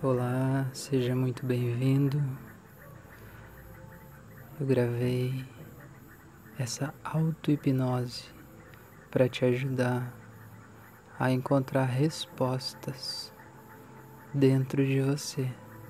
Olá, seja muito bem-vindo. Eu gravei essa auto-hipnose para te ajudar a encontrar respostas dentro de você.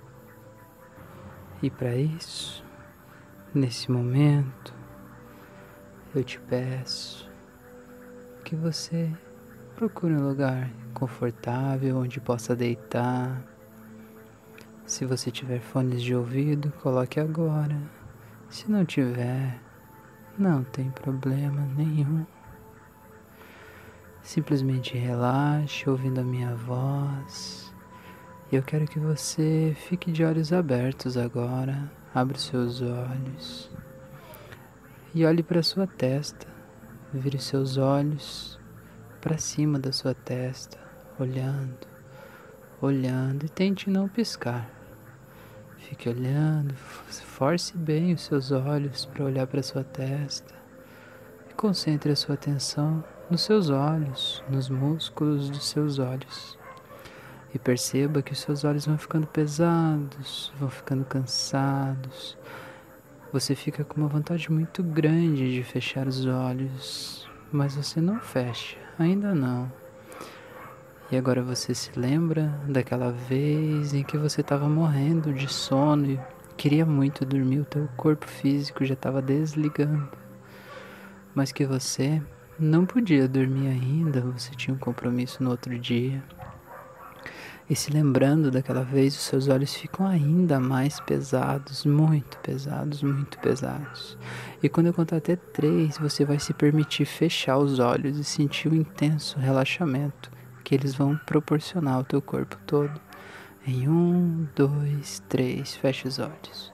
E para isso, nesse momento, eu te peço que você procure um lugar confortável onde possa deitar. Se você tiver fones de ouvido, coloque agora. Se não tiver, não tem problema nenhum. Simplesmente relaxe ouvindo a minha voz. Eu quero que você fique de olhos abertos agora. Abra os seus olhos e olhe para sua testa. Vire os seus olhos para cima da sua testa, olhando, olhando, e tente não piscar. Fique olhando, force bem os seus olhos para olhar para sua testa e concentre a sua atenção nos seus olhos, nos músculos dos seus olhos. E perceba que os seus olhos vão ficando pesados, vão ficando cansados. Você fica com uma vontade muito grande de fechar os olhos, mas você não fecha, ainda não. E agora você se lembra daquela vez em que você estava morrendo de sono e queria muito dormir, o teu corpo físico já estava desligando, mas que você não podia dormir ainda, você tinha um compromisso no outro dia. E se lembrando daquela vez, os seus olhos ficam ainda mais pesados, muito pesados, muito pesados. E quando eu contar até 3, você vai se permitir fechar os olhos e sentir o intenso relaxamento que eles vão proporcionar ao teu corpo todo. Em 1, 2, 3, feche os olhos.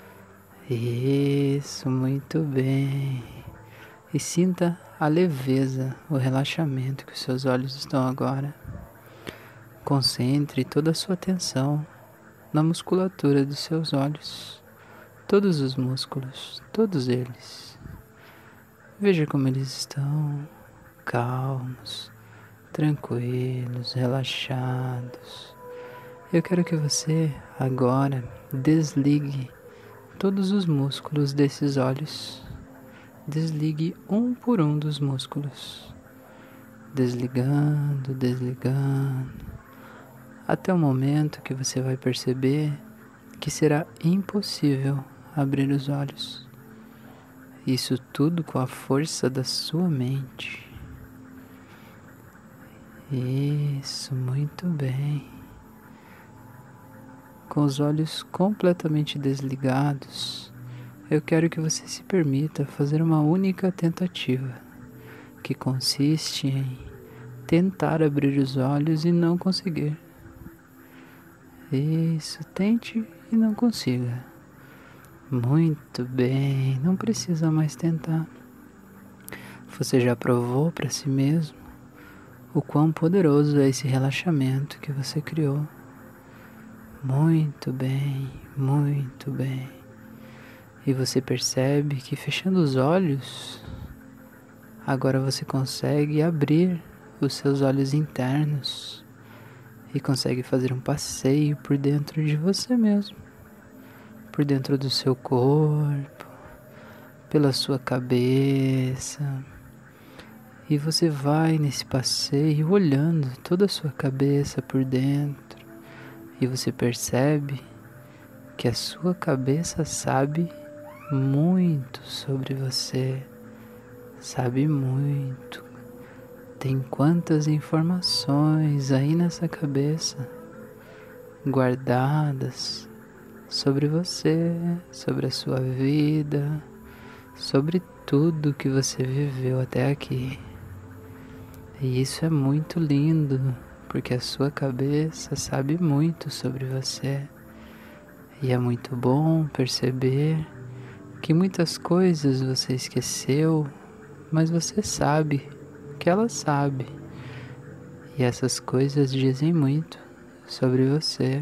Isso, muito bem. E sinta a leveza, o relaxamento que os seus olhos estão agora. Concentre toda a sua atenção na musculatura dos seus olhos. Todos os músculos, todos eles. Veja como eles estão calmos, tranquilos, relaxados. Eu quero que você agora desligue todos os músculos desses olhos. Desligue um por um dos músculos. Desligando, desligando. Até o momento que você vai perceber que será impossível abrir os olhos. Isso tudo com a força da sua mente. Isso, muito bem. Com os olhos completamente desligados, eu quero que você se permita fazer uma única tentativa, que consiste em tentar abrir os olhos e não conseguir. Isso, tente e não consiga. Muito bem, não precisa mais tentar. Você já provou para si mesmo o quão poderoso é esse relaxamento que você criou. Muito bem, muito bem. E você percebe que fechando os olhos, agora você consegue abrir os seus olhos internos e consegue fazer um passeio por dentro de você mesmo, por dentro do seu corpo, pela sua cabeça. E você vai nesse passeio olhando toda a sua cabeça por dentro. E você percebe que a sua cabeça sabe muito sobre você. Sabe muito. Tem quantas informações aí nessa cabeça guardadas sobre você, sobre a sua vida, sobre tudo que você viveu até aqui. E isso é muito lindo, porque a sua cabeça sabe muito sobre você. E é muito bom perceber que muitas coisas você esqueceu, mas você sabe que ela sabe. E essas coisas dizem muito sobre você.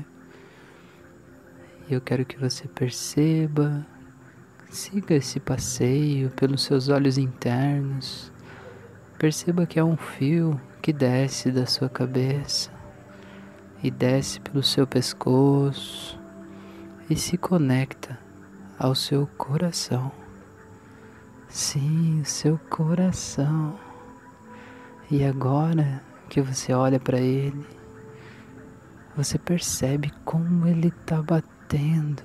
E eu quero que você perceba, siga esse passeio pelos seus olhos internos. Perceba que é um fio que desce da sua cabeça e desce pelo seu pescoço e se conecta ao seu coração. Sim, o seu coração. E agora que você olha para ele, você percebe como ele está batendo.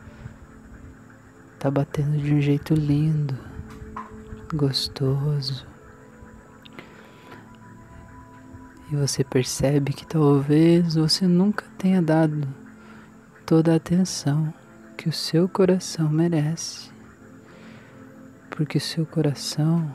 Está batendo de um jeito lindo, gostoso. E você percebe que talvez você nunca tenha dado toda a atenção que o seu coração merece. Porque o seu coração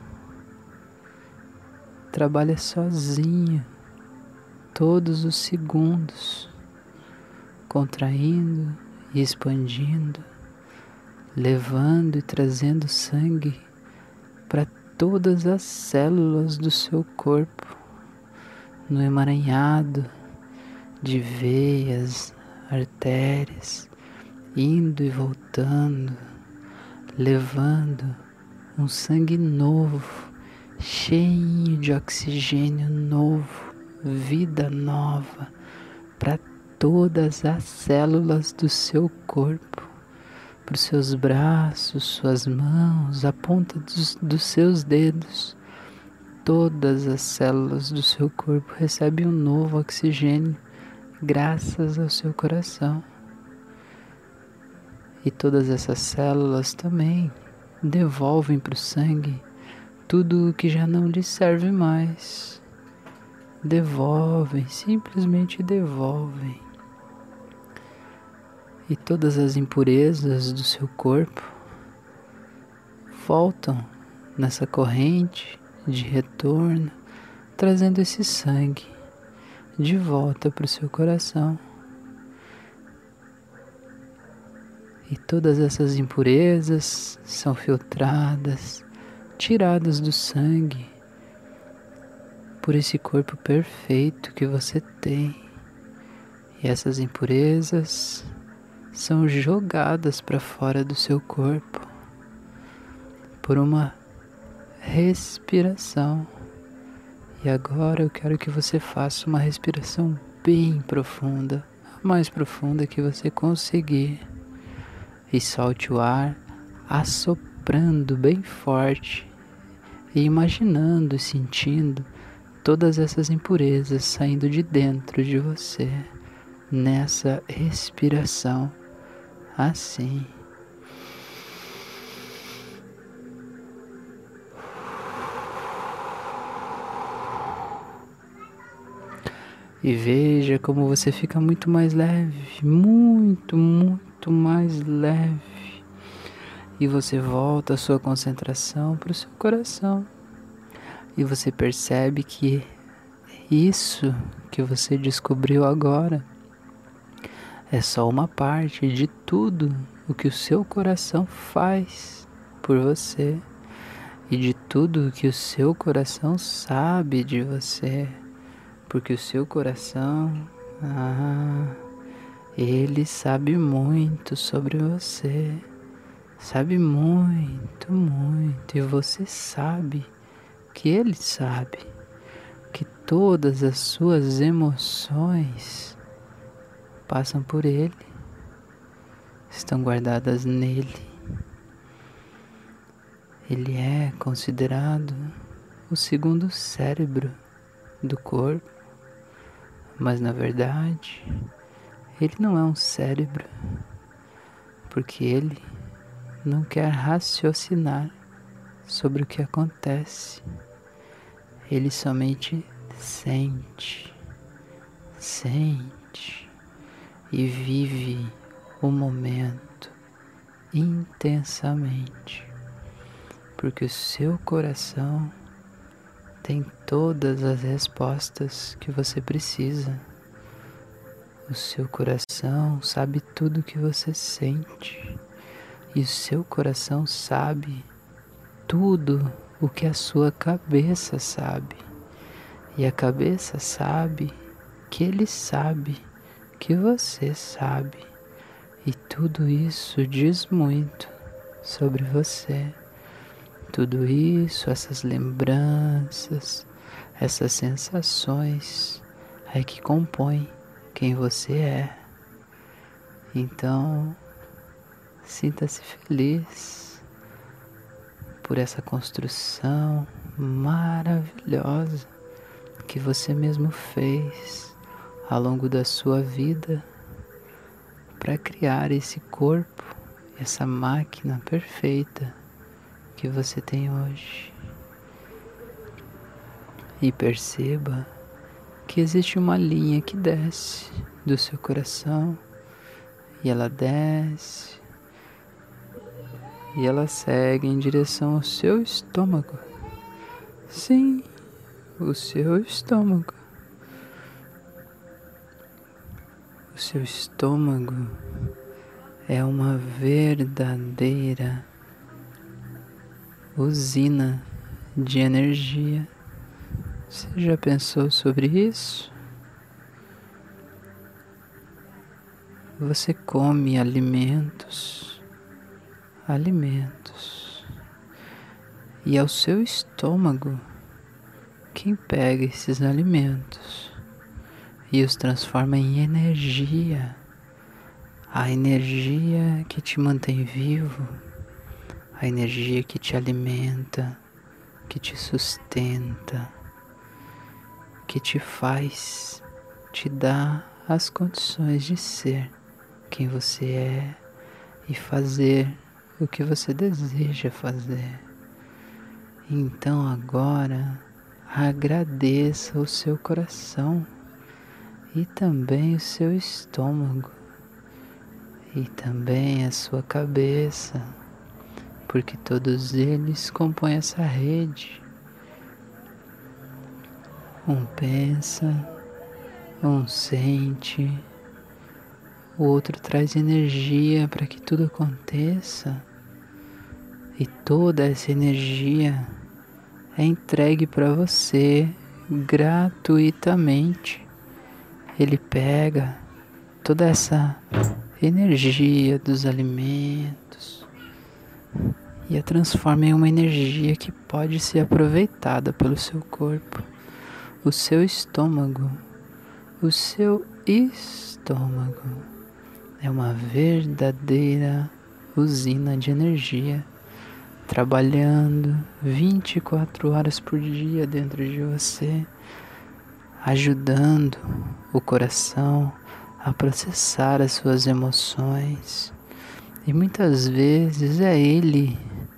trabalha sozinho todos os segundos, contraindo e expandindo, levando e trazendo sangue para todas as células do seu corpo, no emaranhado de veias, artérias, indo e voltando, levando um sangue novo, cheio de oxigênio novo, vida nova para todas as células do seu corpo, para os seus braços, suas mãos, a ponta dos seus dedos. Todas as células do seu corpo recebem um novo oxigênio graças ao seu coração. E todas essas células também devolvem para o sangue tudo o que já não lhe serve mais. Devolvem, simplesmente devolvem. E todas as impurezas do seu corpo voltam nessa corrente de retorno, trazendo esse sangue de volta para o seu coração. E todas essas impurezas são filtradas, tiradas do sangue por esse corpo perfeito que você tem. E essas impurezas são jogadas para fora do seu corpo por uma respiração. E agora eu quero que você faça uma respiração bem profunda, a mais profunda que você conseguir. E solte o ar assoprando bem forte e imaginando e sentindo todas essas impurezas saindo de dentro de você nessa respiração, assim. E veja como você fica muito mais leve, muito mais leve. E você volta a sua concentração para o seu coração. E você percebe que isso que você descobriu agora é só uma parte de tudo o que o seu coração faz por você. E de tudo o que o seu coração sabe de você. Porque o seu coração, ele sabe muito sobre você. Sabe muito. E você sabe que ele sabe que todas as suas emoções passam por ele, estão guardadas nele. Ele é considerado o segundo cérebro do corpo, mas na verdade ele não é um cérebro, porque ele não quer raciocinar sobre o que acontece. Ele somente sente e vive o momento intensamente, porque o seu coração tem todas as respostas que você precisa. O seu coração sabe tudo o que você sente. E o seu coração sabe tudo o que a sua cabeça sabe. E a cabeça sabe que ele sabe que você sabe. E tudo isso diz muito sobre você. Tudo isso, essas lembranças, essas sensações é que compõem quem você é. Então, sinta-se feliz por essa construção maravilhosa que você mesmo fez ao longo da sua vida para criar esse corpo, essa máquina perfeita que você tem hoje. E perceba que existe uma linha que desce do seu coração e ela desce e ela segue em direção ao seu estômago. Sim, o seu estômago. O seu estômago é uma verdadeira usina de energia. Você já pensou sobre isso? Você come alimentos, e é o seu estômago quem pega esses alimentos e os transforma em energia. A energia que te mantém vivo, a energia que te alimenta, que te sustenta, que te faz, te dá as condições de ser quem você é e fazer o que você deseja fazer. Então agora agradeça o seu coração e também o seu estômago e também a sua cabeça, porque todos eles compõem essa rede. Um pensa, um sente, o outro traz energia para que tudo aconteça. E toda essa energia é entregue para você gratuitamente. Ele pega toda essa energia dos alimentos e a transforma em uma energia que pode ser aproveitada pelo seu corpo. O seu estômago é uma verdadeira usina de energia, trabalhando 24 horas por dia dentro de você, ajudando o coração a processar as suas emoções. E muitas vezes é ele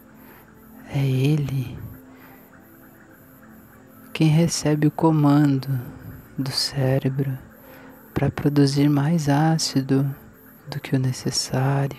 quem recebe o comando do cérebro para produzir mais ácido do que o necessário.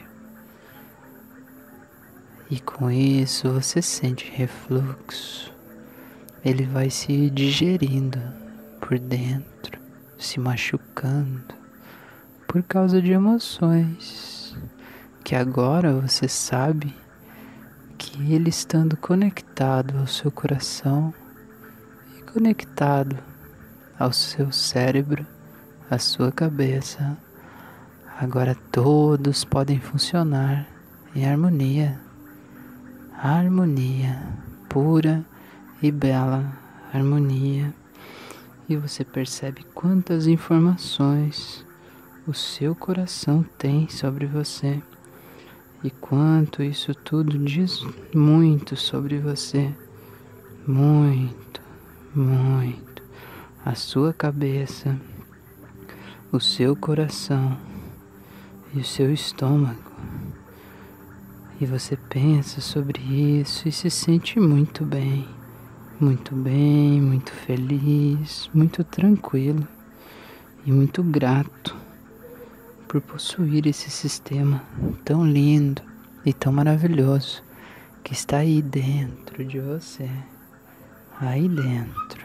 E com isso você sente refluxo. Ele vai se digerindo por dentro, se machucando por causa de emoções que agora você sabe que ele estando conectado ao seu coração e conectado ao seu cérebro, à sua cabeça, agora todos podem funcionar em harmonia. Harmonia, pura e bela harmonia. E você percebe quantas informações o seu coração tem sobre você e quanto isso tudo diz muito sobre você. Muito, muito. A sua cabeça, o seu coração e o seu estômago. E você pensa sobre isso e se sente muito bem, muito feliz, muito tranquilo e muito grato por possuir esse sistema tão lindo e tão maravilhoso que está aí dentro de você, aí dentro.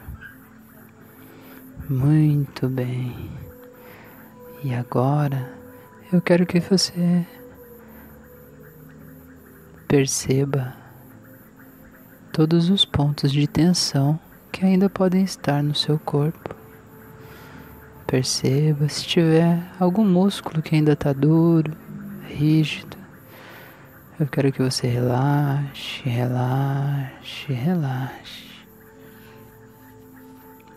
Muito bem. E agora eu quero que você perceba todos os pontos de tensão que ainda podem estar no seu corpo. Perceba se tiver algum músculo que ainda está duro, rígido. Eu quero que você relaxe.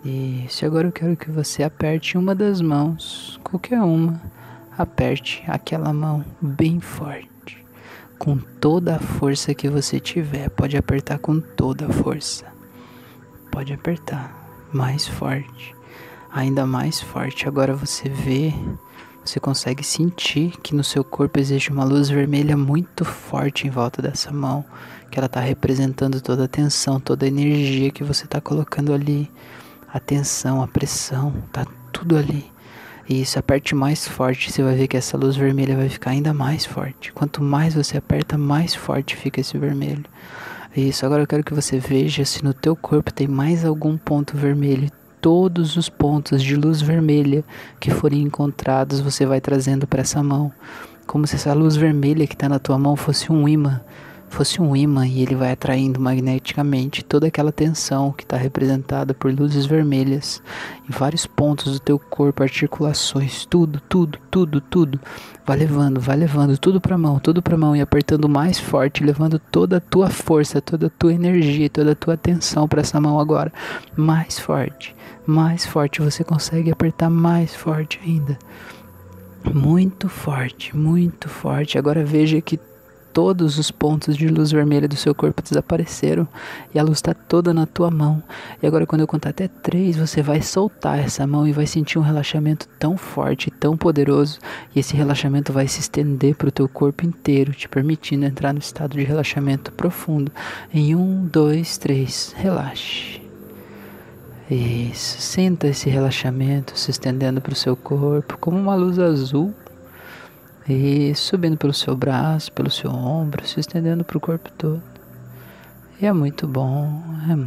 Isso, agora eu quero que você aperte uma das mãos, qualquer uma. Aperte aquela mão bem forte, com toda a força que você tiver. Pode apertar com toda a força. Pode apertar mais forte, ainda mais forte. Agora você consegue sentir que no seu corpo existe uma luz vermelha muito forte em volta dessa mão, que ela está representando toda a tensão, toda a energia que você está colocando ali. A tensão, a pressão, tá tudo ali. E isso, aperte mais forte, você vai ver que essa luz vermelha vai ficar ainda mais forte. Quanto mais você aperta, mais forte fica esse vermelho. Isso, agora eu quero que você veja se no teu corpo tem mais algum ponto vermelho. Todos os pontos de luz vermelha que forem encontrados, você vai trazendo para essa mão. Como se essa luz vermelha que está na tua mão fosse um imã. E ele vai atraindo magneticamente toda aquela tensão que está representada por luzes vermelhas em vários pontos do teu corpo, articulações, tudo. Vai levando tudo pra mão e apertando mais forte, levando toda a tua força, toda a tua energia, toda a tua atenção para essa mão agora. Mais forte, você consegue apertar mais forte ainda. Muito forte. Agora veja que todos os pontos de luz vermelha do seu corpo desapareceram e a luz está toda na tua mão. E agora quando eu contar até 3, você vai soltar essa mão e vai sentir um relaxamento tão forte, tão poderoso, e esse relaxamento vai se estender para o teu corpo inteiro, te permitindo entrar no estado de relaxamento profundo. Em 1, 2, 3, relaxe. Isso, sinta esse relaxamento se estendendo para o seu corpo como uma luz azul. E subindo pelo seu braço, pelo seu ombro, se estendendo para o corpo todo. E é muito bom.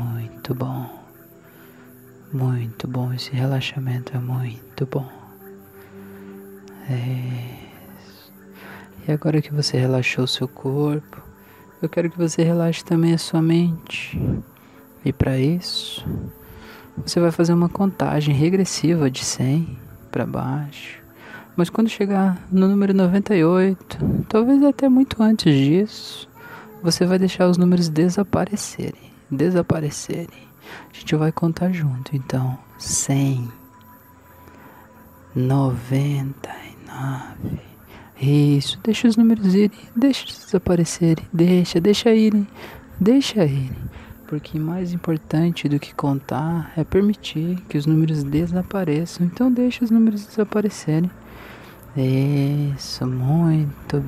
Muito bom, esse relaxamento é muito bom. E agora que você relaxou o seu corpo, eu quero que você relaxe também a sua mente. E para isso, você vai fazer uma contagem regressiva de 100 para baixo. Mas quando chegar no número 98, talvez até muito antes disso, você vai deixar os números desaparecerem. A gente vai contar junto, então, 100, 99, isso, deixa os números irem, deixa desaparecerem, deixa irem, porque mais importante do que contar é permitir que os números desapareçam, então deixa os números desaparecerem. Isso, muito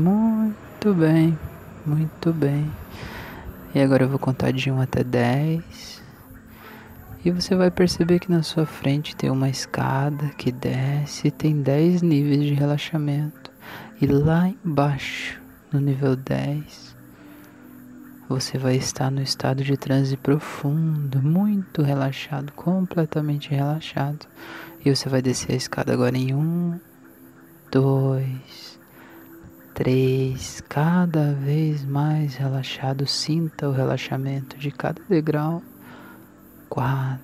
bem. E agora eu vou contar de 1 até 10. E você vai perceber que na sua frente tem uma escada que desce e tem 10 níveis de relaxamento. E lá embaixo, no nível 10, você vai estar no estado de transe profundo, muito relaxado, completamente relaxado. E você vai descer a escada agora em 1, 2, 3, cada vez mais relaxado, sinta o relaxamento de cada degrau. 4,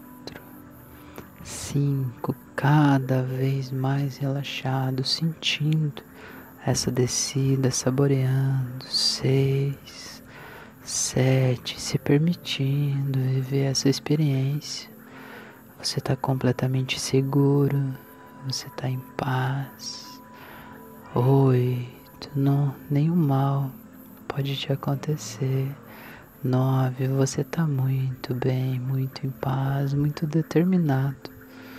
5, cada vez mais relaxado, sentindo essa descida, saboreando. 6, 7, se permitindo viver essa experiência. Você está completamente seguro, você está em paz. 8, nenhum mal pode te acontecer. 9, você está muito bem, muito em paz, muito determinado.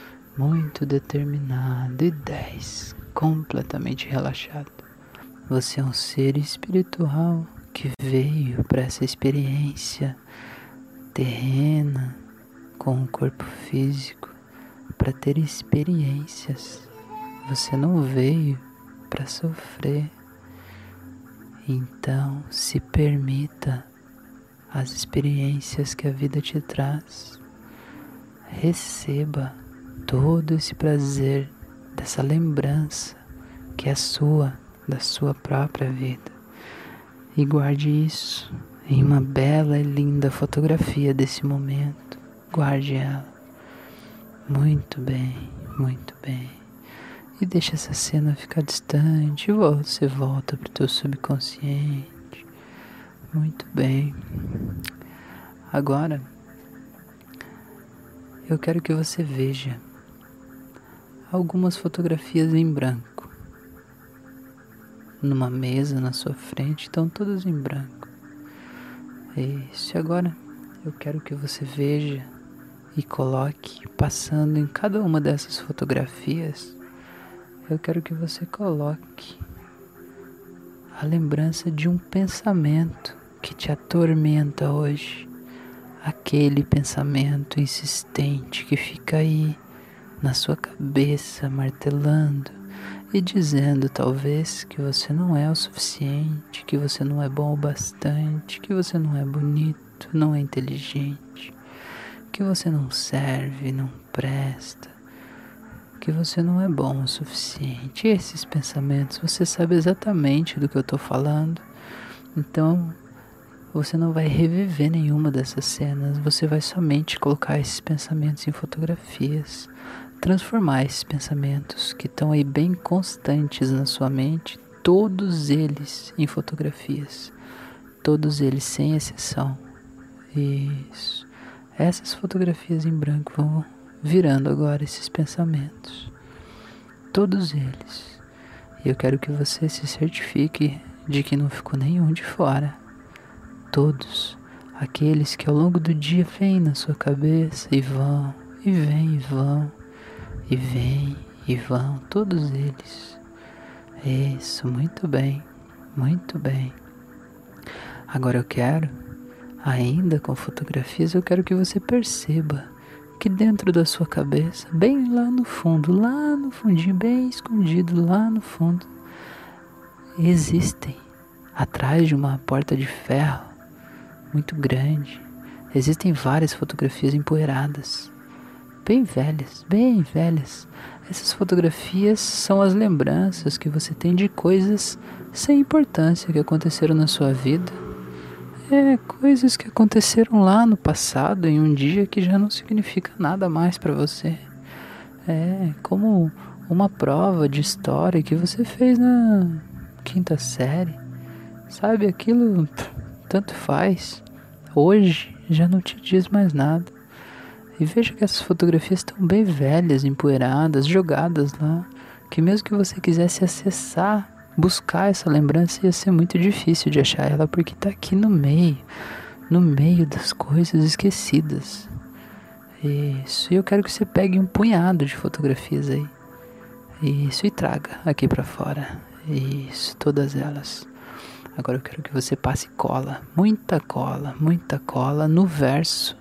E 10, completamente relaxado. Você é um ser espiritual que veio para essa experiência terrena com o corpo físico para ter experiências. Você não veio para sofrer. Então, se permita as experiências que a vida te traz. Receba todo esse prazer dessa lembrança que é sua, da sua própria vida. E guarde isso em uma bela e linda fotografia desse momento. Guarde ela. Muito bem. E deixa essa cena ficar distante. Você volta para o teu subconsciente. Muito bem. Agora, eu quero que você veja algumas fotografias em branco. Numa mesa na sua frente, estão todas em branco. Isso, e agora eu quero que você veja e coloque, passando em cada uma dessas fotografias, eu quero que você coloque a lembrança de um pensamento que te atormenta hoje. Aquele pensamento insistente que fica aí na sua cabeça, martelando e dizendo talvez que você não é o suficiente, que você não é bom o bastante, que você não é bonito, não é inteligente, que você não serve, não presta, que você não é bom o suficiente. E esses pensamentos, você sabe exatamente do que eu estou falando, então você não vai reviver nenhuma dessas cenas, você vai somente colocar esses pensamentos em fotografias, transformar esses pensamentos que estão aí bem constantes na sua mente, todos eles em fotografias, todos eles sem exceção. Isso. Essas fotografias em branco vão virando agora esses pensamentos, todos eles. E eu quero que você se certifique de que não ficou nenhum de fora. Todos aqueles que ao longo do dia vêm na sua cabeça e vão, e vêm e vão, e vêm e vão, todos eles. Isso, muito bem, muito bem. Agora eu quero, ainda com fotografias, eu quero que você perceba que dentro da sua cabeça, bem lá no fundinho, bem escondido lá no fundo, existem, atrás de uma porta de ferro muito grande, existem várias fotografias empoeiradas, bem velhas, bem velhas. Essas fotografias são as lembranças que você tem de coisas sem importância que aconteceram na sua vida. Coisas que aconteceram lá no passado, em um dia que já não significa nada mais para você. Como uma prova de história que você fez na 5ª série. Sabe, aquilo tanto faz. Hoje já não te diz mais nada. E veja que essas fotografias estão bem velhas, empoeiradas, jogadas lá, que mesmo que você quisesse acessar, buscar essa lembrança, ia ser muito difícil de achar ela, porque está aqui no meio das coisas esquecidas. Isso, e eu quero que você pegue um punhado de fotografias aí. Isso, e traga aqui para fora. Isso, todas elas. Agora eu quero que você passe muita cola no verso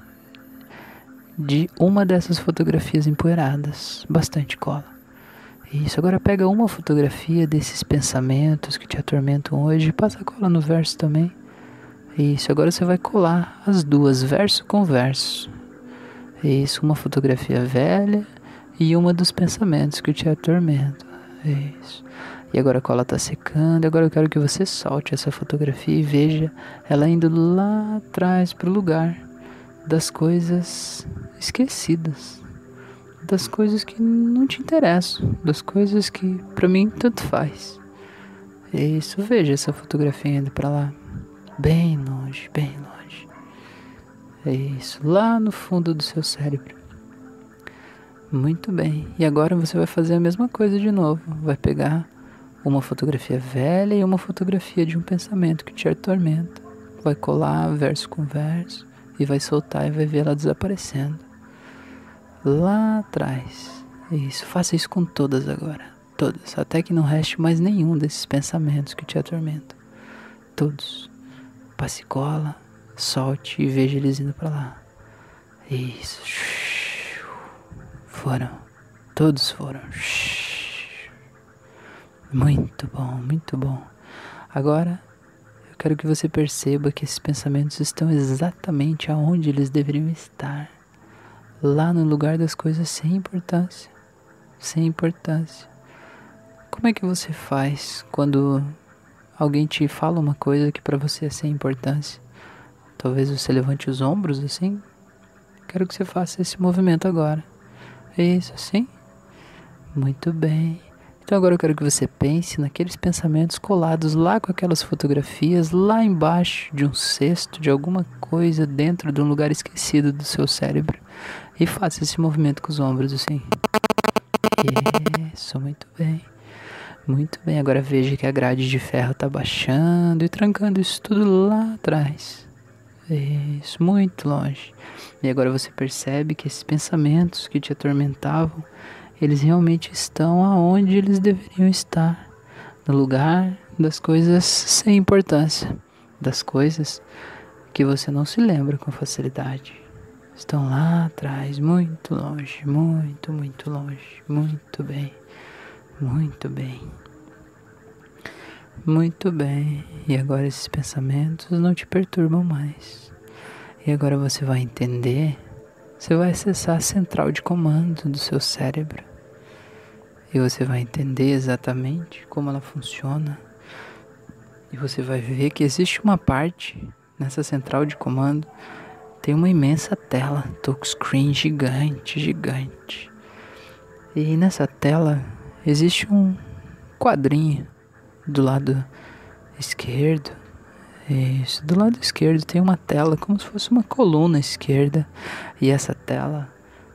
de uma dessas fotografias empoeiradas. Bastante cola. Isso, agora pega uma fotografia desses pensamentos que te atormentam hoje e passa cola no verso também. Isso, agora você vai colar as duas, verso com verso. Isso, uma fotografia velha e uma dos pensamentos que te atormentam. Isso. E agora a cola está secando, agora eu quero que você solte essa fotografia e veja ela indo lá atrás para o lugar das coisas esquecidas, das coisas que não te interessam, das coisas que para mim tanto faz. Isso, veja essa fotografia indo para lá, bem longe, bem longe. Isso, lá no fundo do seu cérebro. Muito bem, e agora você vai fazer a mesma coisa de novo, vai pegar uma fotografia velha e uma fotografia de um pensamento que te atormenta. Vai colar verso com verso e vai soltar e vai ver ela desaparecendo lá atrás. Isso, faça isso com todas agora. Todas, até que não reste mais nenhum desses pensamentos que te atormentam. Todos. Passe cola, solte e veja eles indo para lá. Isso. Foram. Todos foram. Muito bom, muito bom. Agora, eu quero que você perceba que esses pensamentos estão exatamente aonde eles deveriam estar. Lá no lugar das coisas sem importância. Sem importância. Como é que você faz quando alguém te fala uma coisa que para você é sem importância? Talvez você levante os ombros assim. Quero que você faça esse movimento agora. Isso, assim. Muito bem. Então agora eu quero que você pense naqueles pensamentos colados lá com aquelas fotografias, lá embaixo de um cesto, de alguma coisa dentro de um lugar esquecido do seu cérebro. E faça esse movimento com os ombros assim. Isso, muito bem. Muito bem, agora veja que a grade de ferro está baixando e trancando isso tudo lá atrás. Isso, muito longe. E agora você percebe que esses pensamentos que te atormentavam, eles realmente estão aonde eles deveriam estar. No lugar das coisas sem importância. Das coisas que você não se lembra com facilidade. Estão lá atrás, muito longe, muito, muito longe. Muito bem, muito bem. Muito bem. E agora esses pensamentos não te perturbam mais. E agora você vai entender, você vai acessar a central de comando do seu cérebro. E você vai entender exatamente como ela funciona. E você vai ver que existe uma parte nessa central de comando, tem uma imensa tela, touchscreen gigante, gigante. E nessa tela existe um quadrinho do lado esquerdo. Isso, do lado esquerdo tem uma tela como se fosse uma coluna esquerda. E essa tela,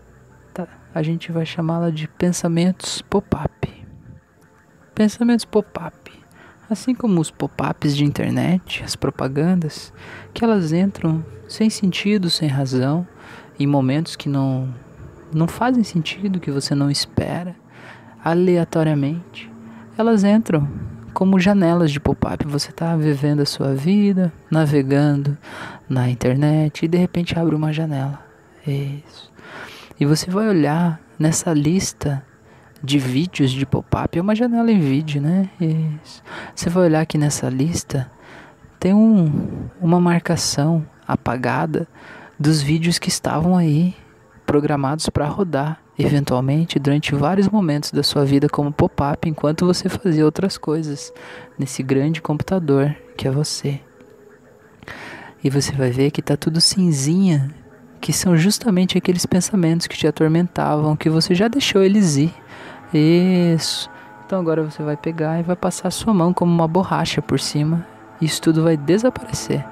a gente vai chamá-la de pensamentos pop-up. Pensamentos pop-up. Assim como os pop-ups de internet, as propagandas, que elas entram sem sentido, sem razão, em momentos que não fazem sentido, que você não espera, aleatoriamente. Elas entram como janelas de pop-up. Você está vivendo a sua vida, navegando na internet e de repente abre uma janela. Isso. E você vai olhar nessa lista de vídeos de pop-up. É uma janela em vídeo, né? Isso. Você vai olhar aqui nessa lista, tem uma marcação apagada dos vídeos que estavam aí programados para rodar eventualmente durante vários momentos da sua vida como pop-up enquanto você fazia outras coisas nesse grande computador que é você. E você vai ver que tá tudo cinzinha, que são justamente aqueles pensamentos que te atormentavam, que você já deixou eles ir. Isso. Então agora você vai pegar e vai passar a sua mão como uma borracha por cima. Isso tudo vai desaparecer.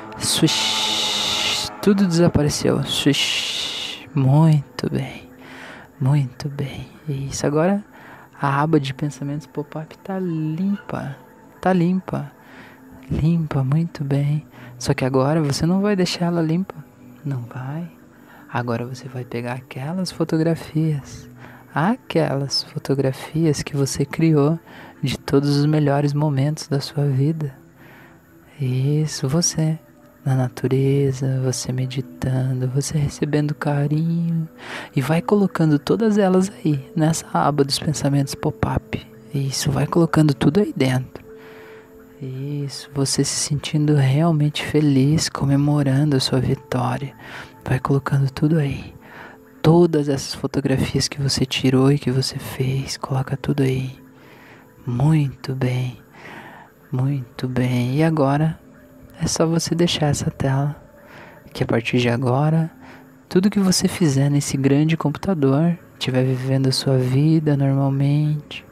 Swish. Tudo desapareceu. Swish. Muito bem. Muito bem. Isso. Agora a aba de pensamentos pop-up tá limpa. Tá limpa. Limpa, muito bem. Só que agora você não vai deixar ela limpa. Não vai. Agora você vai pegar aquelas fotografias que você criou de todos os melhores momentos da sua vida. Isso, você na natureza, você meditando, você recebendo carinho, e vai colocando todas elas aí, nessa aba dos pensamentos pop-up. Isso, vai colocando tudo aí dentro. Isso, você se sentindo realmente feliz, comemorando a sua vitória. Vai colocando tudo aí. Todas essas fotografias que você tirou e que você fez, coloca tudo aí. Muito bem. Muito bem. E agora é só você deixar essa tela, que a partir de agora, tudo que você fizer nesse grande computador, estiver vivendo a sua vida normalmente,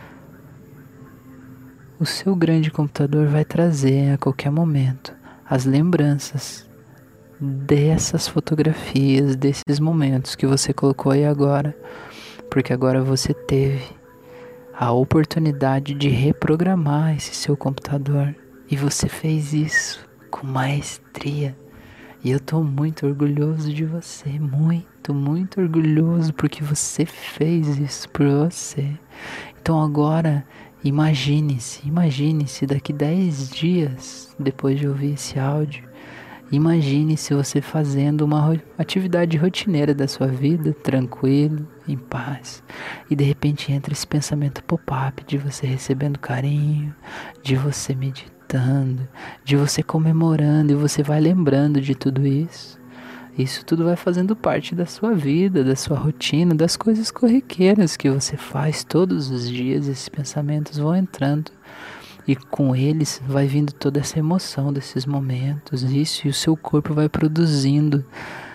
o seu grande computador vai trazer a qualquer momento as lembranças dessas fotografias, desses momentos que você colocou aí agora, porque agora você teve a oportunidade de reprogramar esse seu computador e você fez isso com maestria. E eu tô muito orgulhoso de você, muito, muito orgulhoso porque você fez isso por você. Então agora imagine-se daqui 10 dias depois de ouvir esse áudio. Imagine-se você fazendo uma atividade rotineira da sua vida, tranquilo, em paz. E de repente entra esse pensamento pop-up de você recebendo carinho, de você meditando, de você comemorando, e você vai lembrando de tudo isso. Isso tudo vai fazendo parte da sua vida, da sua rotina, das coisas corriqueiras que você faz todos os dias. Esses pensamentos vão entrando. E com eles vai vindo toda essa emoção desses momentos, isso, e o seu corpo vai produzindo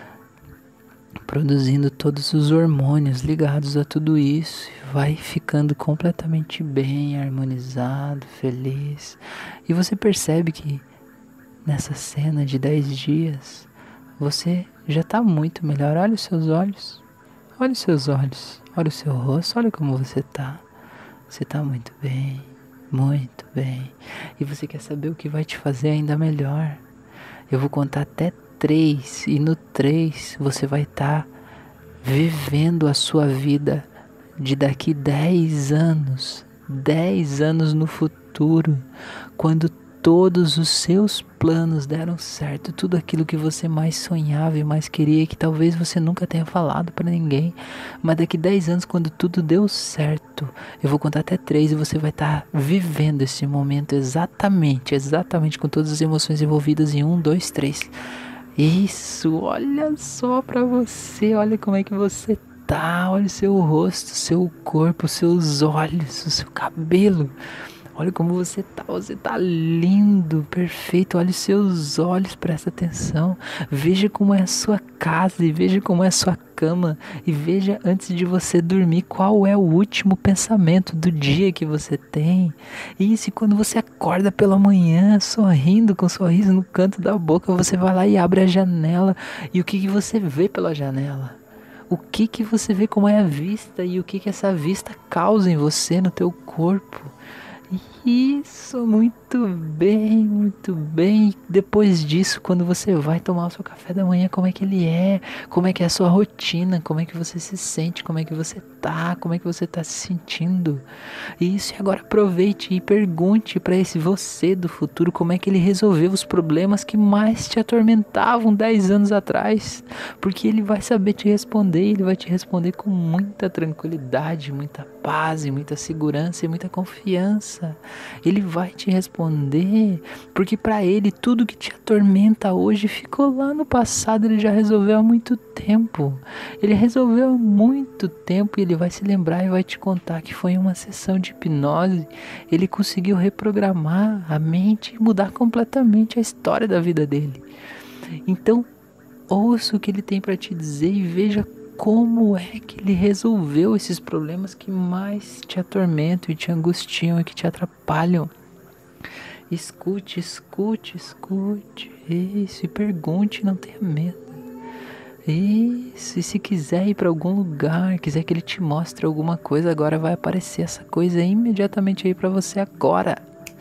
todos os hormônios ligados a tudo isso, e vai ficando completamente bem, harmonizado, feliz. E você percebe que nessa cena de 10 dias, você Já tá muito melhor. Olha os seus olhos. Olha os seus olhos. Olha o seu rosto. Olha como você tá. Você tá muito bem. Muito bem. E você quer saber o que vai te fazer ainda melhor? Eu vou contar até 3. E no 3 você vai estar vivendo a sua vida de daqui 10 anos. 10 anos no futuro. Quando todos os seus planos deram certo, tudo aquilo que você mais sonhava e mais queria, que talvez você nunca tenha falado pra ninguém, mas daqui 10 anos, quando tudo deu certo, eu vou contar até 3 e você vai estar vivendo esse momento exatamente com todas as emoções envolvidas em 1, 2, 3. Isso, olha só pra você, olha como é que você tá, olha o seu rosto, seu corpo, seus olhos, o seu cabelo. Olha como você tá lindo, perfeito. Olha os seus olhos, presta atenção. Veja como é a sua casa e veja como é a sua cama. E veja antes de você dormir qual é o último pensamento do dia que você tem. Isso, e quando você acorda pela manhã, sorrindo, com um sorriso no canto da boca, você vai lá e abre a janela. E o que você vê pela janela? O que você vê, como é a vista e o que essa vista causa em você, no teu corpo. Isso, muito bem, muito bem. Depois disso, quando você vai tomar o seu café da manhã, como é que ele é? Como é que é a sua rotina? Como é que você se sente? Como é que você tá? Como é que você tá se sentindo? Isso, e agora aproveite e pergunte para esse você do futuro como é que ele resolveu os problemas que mais te atormentavam 10 anos atrás. Porque ele vai saber te responder, ele vai te responder com muita tranquilidade, muita paz e muita segurança e muita confiança. Ele vai te responder, porque para ele tudo que te atormenta hoje ficou lá no passado, ele já resolveu há muito tempo. Ele resolveu há muito tempo e ele vai se lembrar e vai te contar que foi em uma sessão de hipnose, ele conseguiu reprogramar a mente e mudar completamente a história da vida dele. Então, ouça o que ele tem para te dizer e veja como é que ele resolveu esses problemas que mais te atormentam e te angustiam e que te atrapalham. Escute, escute, escute. Isso, e pergunte, não tenha medo. Isso, e se quiser ir para algum lugar, quiser que ele te mostre alguma coisa, agora vai aparecer essa coisa imediatamente aí para você agora.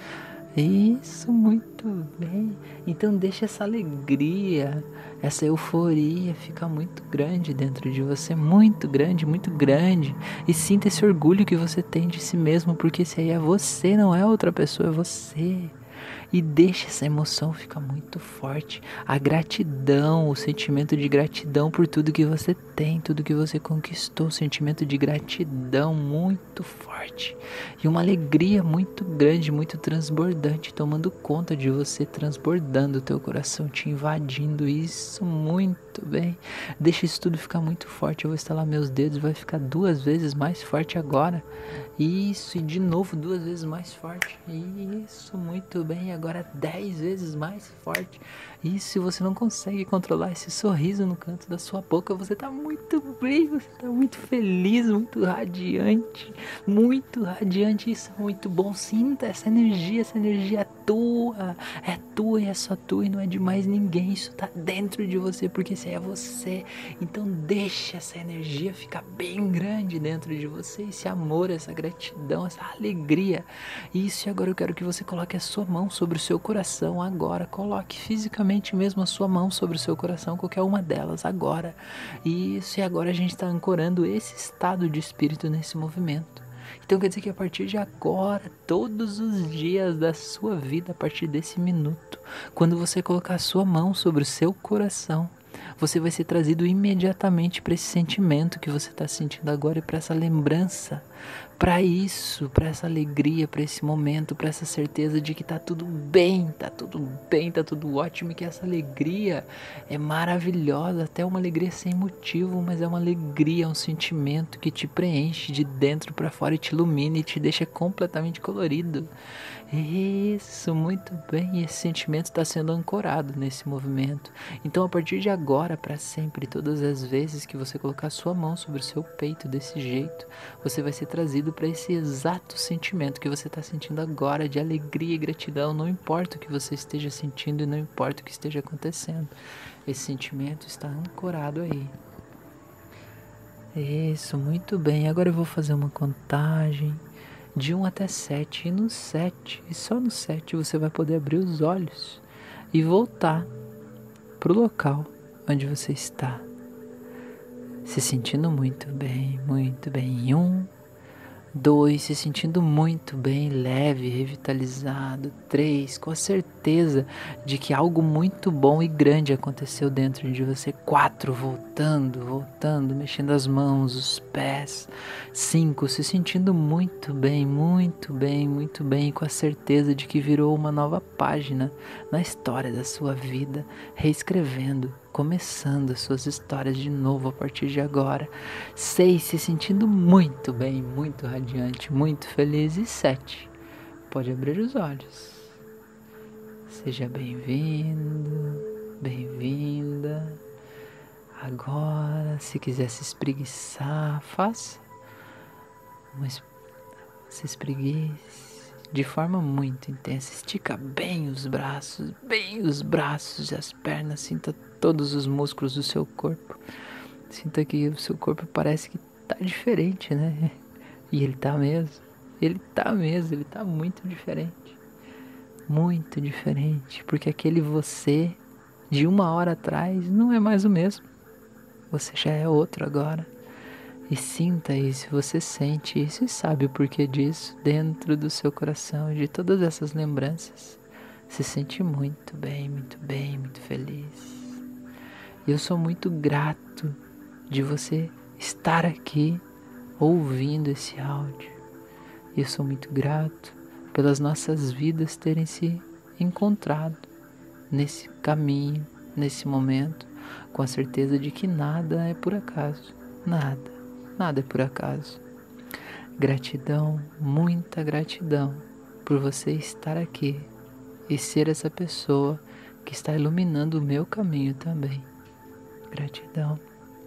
Isso, muito bem. Então deixa essa alegria, essa euforia ficar muito grande dentro de você, muito grande, muito grande. E sinta esse orgulho que você tem de si mesmo, porque esse aí é você, não é outra pessoa, é você. E deixa essa emoção ficar muito forte. A gratidão, o sentimento de gratidão por tudo que você tem, tudo que você conquistou. O sentimento de gratidão muito forte. E uma alegria muito grande, muito transbordante, tomando conta de você, transbordando o teu coração, te invadindo. Isso, muito bem. Deixa isso tudo ficar muito forte. Eu vou estalar meus dedos, vai ficar 2 vezes mais forte agora. Isso, e de novo 2 vezes mais forte. Isso, muito bem. Agora 10 vezes mais forte. Isso, se você não consegue controlar esse sorriso no canto da sua boca, você tá muito bem, você tá muito feliz, muito radiante. Muito radiante, isso é muito bom. Sinta essa energia é tua. É tua e é só tua e não é de mais ninguém. Isso tá dentro de você, porque isso aí é você. Então deixa essa energia ficar bem grande dentro de você. Esse amor, essa gratidão, essa alegria. Isso, e agora eu quero que você coloque a sua mão sobre o seu coração agora. Coloque fisicamente mesmo a sua mão sobre o seu coração, qualquer uma delas agora. Isso, e agora a gente está ancorando esse estado de espírito nesse movimento. Então quer dizer que a partir de agora, todos os dias da sua vida, a partir desse minuto, quando você colocar a sua mão sobre o seu coração, você vai ser trazido imediatamente para esse sentimento que você está sentindo agora e para essa lembrança, para isso, para essa alegria, para esse momento, para essa certeza de que tá tudo bem, tá tudo ótimo, e que essa alegria é maravilhosa, até uma alegria sem motivo, mas é uma alegria, é um sentimento que te preenche de dentro para fora e te ilumina e te deixa completamente colorido. Isso, muito bem, esse sentimento está sendo ancorado nesse movimento. Então a partir de agora, agora para sempre. Todas as vezes que você colocar sua mão sobre o seu peito desse jeito, você vai ser trazido para esse exato sentimento que você está sentindo agora, de alegria e gratidão. Não importa o que você esteja sentindo e não importa o que esteja acontecendo, esse sentimento está ancorado aí. Isso, muito bem. Agora eu vou fazer uma contagem de 1 até 7. E no 7, e só no 7, você vai poder abrir os olhos e voltar pro local onde você está, se sentindo muito bem, muito bem. 1, 2, se sentindo muito bem, leve, revitalizado. 3, com a certeza de que algo muito bom e grande aconteceu dentro de você. 4, voltando, mexendo as mãos, os pés. 5, se sentindo muito bem, com a certeza de que virou uma nova página na história da sua vida, reescrevendo, começando as suas histórias de novo a partir de agora. 6, se sentindo muito bem, muito radiante, muito feliz. E 7, pode abrir os olhos. Seja bem-vindo, bem-vinda. Agora, se quiser se espreguiçar, faça. Se espreguice de forma muito intensa. Estica bem os braços e as pernas. Sinta todos os músculos do seu corpo. Sinta que o seu corpo parece que tá diferente, né? E ele tá mesmo. Ele tá muito diferente. Muito diferente. Porque aquele você de 1 hora atrás não é mais o mesmo. Você já é outro agora. E sinta isso, você sente isso e sabe o porquê disso dentro do seu coração, de todas essas lembranças. Se sente muito bem, muito feliz. E eu sou muito grato de você estar aqui ouvindo esse áudio. E eu sou muito grato pelas nossas vidas terem se encontrado nesse caminho, nesse momento, com a certeza de que nada é por acaso. Nada é por acaso. Gratidão, muita gratidão por você estar aqui e ser essa pessoa que está iluminando o meu caminho também. Gratidão.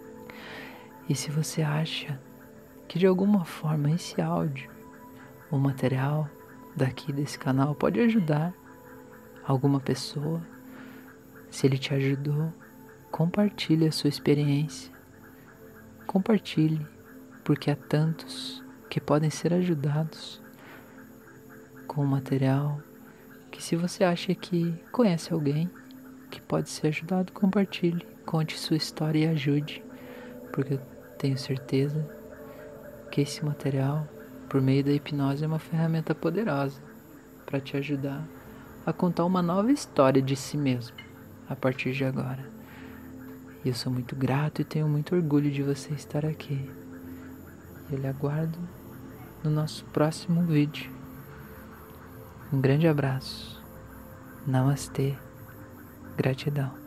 E se você acha que de alguma forma esse áudio, o material daqui desse canal pode ajudar alguma pessoa, se ele te ajudou, compartilhe a sua experiência. Compartilhe, porque há tantos que podem ser ajudados com o material, que se você acha que conhece alguém que pode ser ajudado, compartilhe, conte sua história e ajude, porque eu tenho certeza que esse material, por meio da hipnose, é uma ferramenta poderosa para te ajudar a contar uma nova história de si mesmo a partir de agora. E eu sou muito grato e tenho muito orgulho de você estar aqui. Eu lhe aguardo no nosso próximo vídeo. Um grande abraço. Namastê. Gratidão.